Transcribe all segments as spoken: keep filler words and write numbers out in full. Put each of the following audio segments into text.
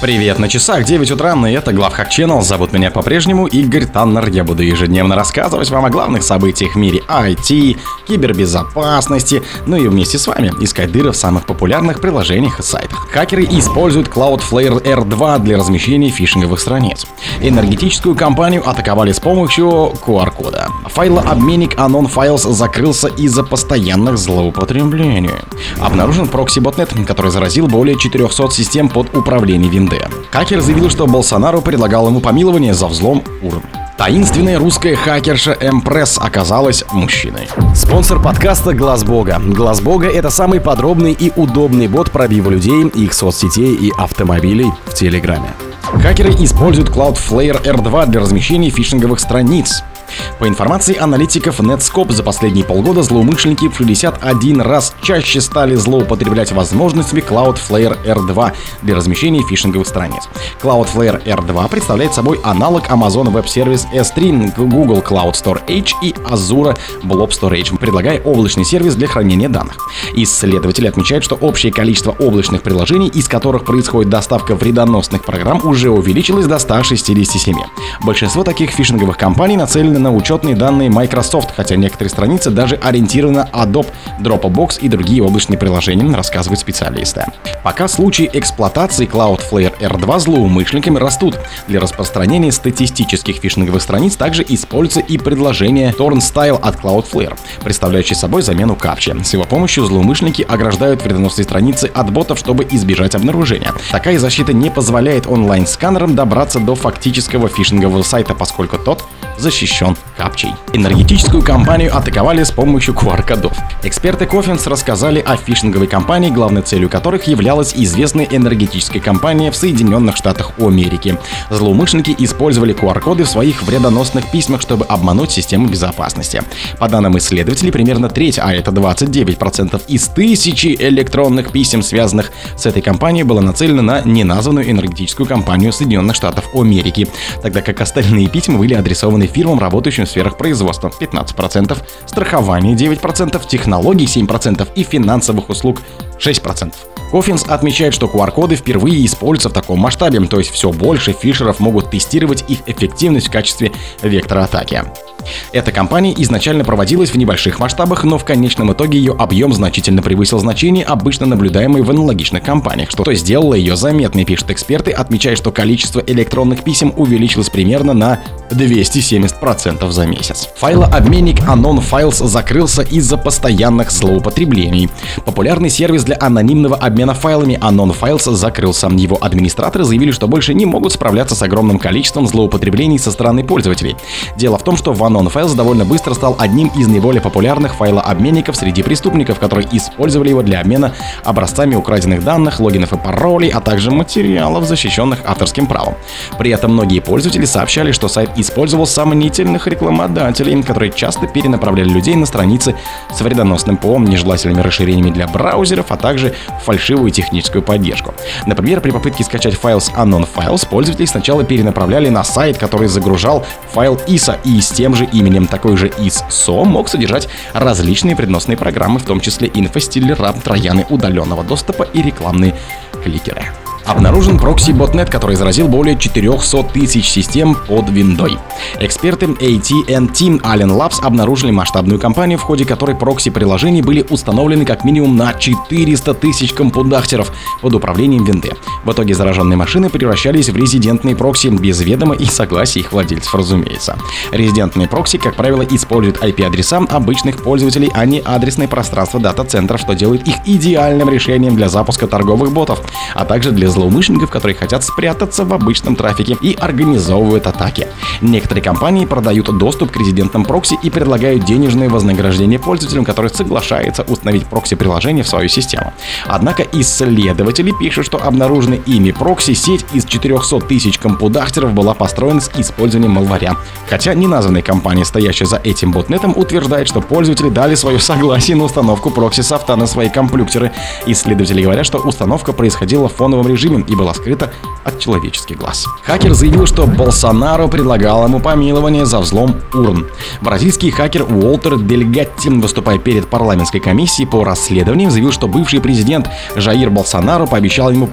Привет, на часах девять утра, и это Главхак Channel. Зовут меня по-прежнему Игорь Таннер. Я буду ежедневно рассказывать вам о главных событиях в мире ай ти, кибербезопасности, ну и вместе с вами искать дыры в самых популярных приложениях и сайтах. Хакеры используют Cloudflare эр два для размещения фишинговых страниц. Энергетическую компанию атаковали с помощью ку ар-кода. Файлообменник Anon Files закрылся из-за постоянных злоупотреблений. Обнаружен прокси-ботнет, который заразил более четырехсот систем под управлением винды. Хакер заявил, что Болсонару предлагал ему помилование за взлом урн. Таинственная русская хакерша Эмпресс оказалась мужчиной. Спонсор подкаста Глаз Бога. Глаз Бога — это самый подробный и удобный бот пробива людей, их соцсетей и автомобилей в Телеграме. Хакеры используют Cloudflare эр два для размещения фишинговых страниц. По информации аналитиков Netscope, за последние полгода злоумышленники в шестьдесят один раз чаще стали злоупотреблять возможностями Cloudflare эр два для размещения фишинговых страниц. Cloudflare эр два представляет собой аналог Amazon Web Service эс три, Google Cloud Storage и Azure Blob Storage, предлагая облачный сервис для хранения данных. Исследователи отмечают, что общее количество облачных приложений, из которых происходит доставка вредоносных программ, уже увеличилось до ста шестидесяти семи. Большинство таких фишинговых компаний нацелены на учетные данные Microsoft, хотя некоторые страницы даже ориентированы на Adobe, Dropbox и другие облачные приложения, рассказывают специалисты. Пока случаи эксплуатации Cloudflare эр два злоумышленниками растут. Для распространения статистических фишинговых страниц также используется и предложение Turnstile от Cloudflare, представляющее собой замену капчи. С его помощью злоумышленники ограждают вредоносные страницы от ботов, чтобы избежать обнаружения. Такая защита не позволяет онлайн-сканерам добраться до фактического фишингового сайта, поскольку тот защищен капчей. Энергетическую компанию атаковали с помощью ку ар-кодов. Эксперты Coffins рассказали о фишинговой кампании, главной целью которых являлась известная энергетическая компания в Соединенных Штатах Америки. Злоумышленники использовали ку ар-коды в своих вредоносных письмах, чтобы обмануть систему безопасности. По данным исследователей, примерно треть, а это двадцать девять процентов из тысячи электронных писем, связанных с этой компанией, было нацелено на неназванную энергетическую компанию Соединенных Штатов Америки, тогда как остальные письма были адресованы фирмам, работающим в сферах производства пятнадцать процентов, страхования девять процентов, технологий семь процентов и финансовых услуг шесть процентов. Coffins отмечает, что ку ар-коды впервые используются в таком масштабе, то есть все больше фишеров могут тестировать их эффективность в качестве вектора атаки. Эта кампания изначально проводилась в небольших масштабах, но в конечном итоге ее объем значительно превысил значения, обычно наблюдаемые в аналогичных кампаниях, что сделало ее заметной, пишут эксперты, отмечая, что количество электронных писем увеличилось примерно на двести семьдесят процентов за месяц. Файлообменник Anon Files закрылся из-за постоянных злоупотреблений. Популярный сервис для анонимного обмена файлами Anon Files закрылся. Его администраторы заявили, что больше не могут справляться с огромным количеством злоупотреблений со стороны пользователей. Дело в том, что в Anon Files довольно быстро стал одним из наиболее популярных файлообменников среди преступников, которые использовали его для обмена образцами украденных данных, логинов и паролей, а также материалов, защищенных авторским правом. При этом многие пользователи сообщали, что сайт использовал сомнительных рекламодателей, которые часто перенаправляли людей на страницы с вредоносным ПО, нежелательными расширениями для браузеров, а также фальшивую техническую поддержку. Например, при попытке скачать файл с Anon Files пользователи сначала перенаправляли на сайт, который загружал файл ай эс о, и с тем же именем. Такой же ай эс о мог содержать различные вредоносные программы, в том числе инфостиллера, трояны удаленного доступа и рекламные кликеры. Обнаружен прокси-ботнет, который заразил более четырехсот тысяч систем под виндой. Эксперты эй ти энд ти Allen Labs обнаружили масштабную кампанию, в ходе которой прокси-приложений были установлены как минимум на четыреста тысяч компудахтеров под управлением винды. В итоге зараженные машины превращались в резидентные прокси без ведома и согласия их владельцев, разумеется. Резидентные прокси, как правило, используют ай пи-адреса обычных пользователей, а не адресное пространство дата-центров, что делает их идеальным решением для запуска торговых ботов, а также для злоумышленников, которые хотят спрятаться в обычном трафике и организовывают атаки. Некоторые компании продают доступ к резидентным прокси и предлагают денежные вознаграждения пользователям, которые соглашаются установить прокси-приложение в свою систему. Однако исследователи пишут, что обнаруженная ими прокси-сеть из четырехсот тысяч компудахтеров была построена с использованием малваря. Хотя неназванная компания, стоящая за этим ботнетом, утверждает, что пользователи дали свое согласие на установку прокси-софта на свои компьютеры. Исследователи говорят, что установка происходила в фоновом режиме и была скрыта от человеческих глаз. Хакер заявил, что Болсонару предлагал ему помилование за взлом урн. Бразильский хакер Уолтер Дельгатти, выступая перед парламентской комиссией по расследованиям, заявил, что бывший президент Жаир Болсонару пообещал ему помилование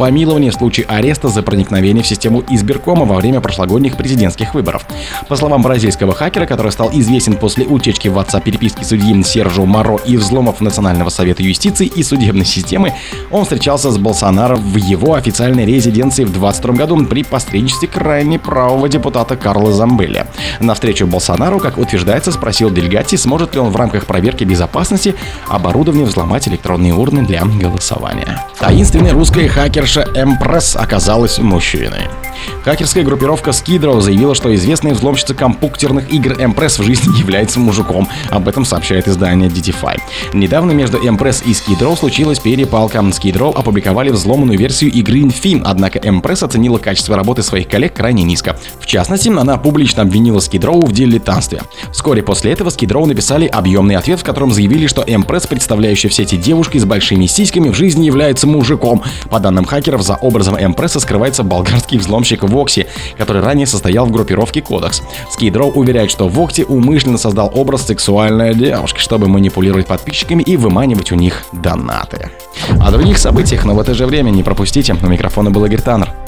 в случае ареста за проникновение в систему избиркома во время прошлогодних президентских выборов. По словам бразильского хакера, который стал известен после утечки в WhatsApp-переписки судьи Сержио Моро и взломов Национального совета юстиции и судебной системы, он встречался с Болсонaro в его официальной резиденции в двадцать втором году при посредничестве крайне правого депутата Карла Замбелли. На встречу Болсонaro, как утверждается, спросил Дельгатти, сможет ли он в рамках проверки безопасности оборудования взломать электронные урны для голосования. Таинственная русская хакерша Эмпресс оказалась мужчиной. Хакерская группировка Skid Row заявила, что известная взломщица компьютерных игр Эмпресс в жизни является мужиком. Об этом сообщает издание ди ти эф ай. Недавно между Эмпресс и Skid Row случилась перепалка. Skid Row опубликовали взломанную версию игры Infim, однако Эмпресс оценила качество работы своих коллег крайне низко. В частности, она публично обвинила Skid Row в дилетантстве. Вскоре после этого Skid Row написали объемный ответ, в котором заявили, что Эмпресс, представляющая в сети девушки с большими сиськами, в жизни является мужиком. По данным хакеров, за образом Эмпресса скрывается болгарский взломщик Вокси, который ранее состоял в группировке Кодекс. Skid Row уверяет, что Вокси умышленно создал образ сексуальной девушки, чтобы манипулировать подписчиками и выманивать у них донаты. О других событиях, но в это же время не пропустите. У микрофона был Игорь Таннер.